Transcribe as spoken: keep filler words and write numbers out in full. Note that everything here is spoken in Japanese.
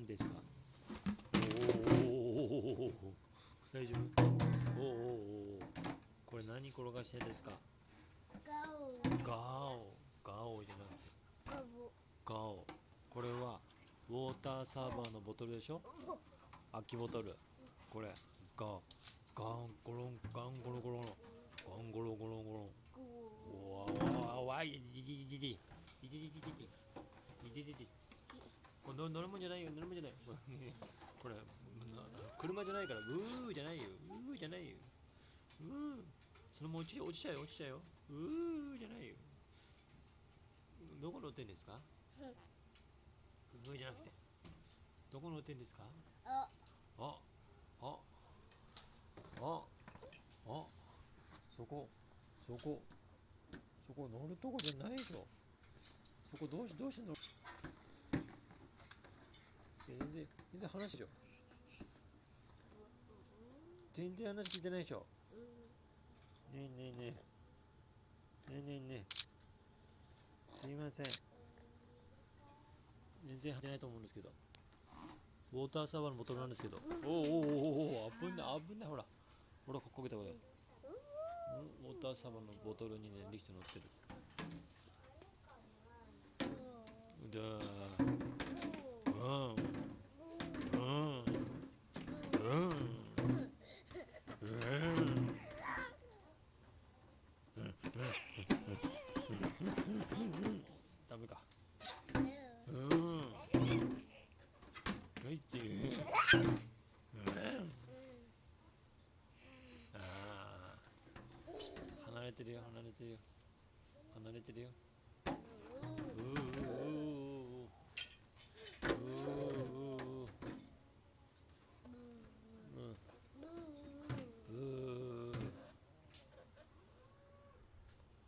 何ですか？おお、大丈夫？おお、これ何転がしてんですか？ ガオガオ、ガオじゃなくてガボガオ。これはウォーターサーバーのボトルでしょ？空きボトル。これガオ、ガンゴロンガンゴロゴロンガンゴロゴロゴロン。おわわわい、いじじじじいじじじじじいじじじ。これ乗乗るもんじゃないよ、乗るもんじゃない。これ車じゃないから、うーじゃないよ、うーじゃないよ、うー。そのまま落ち落ちちゃうよ、落ちちゃうよ、うーじゃないよ。どこ乗ってんですか？うーじゃなくて、どこ乗ってんですか？ ああ、あ、あ、あ、そこ、そこ、そこ乗るとこじゃないでしょ。そこどうし、どうして乗る？全然、全然話でしょ。全然話聞いてないでしょ。ねえねえねえ。ねえねえねえ。すいません。全然入ってないと思うんですけど。ウォーターサーバーのボトルなんですけど。おおおおおお、危ない危ない、ほら。ほら、ここけたこれ。ウォーターサーバーのボトルにね、リヒト乗ってる。うだー。うん。うん。うん。うん。ダメか。うん。はいっていう。ああ。離れてるよ、離れてるよ。離れてるよ。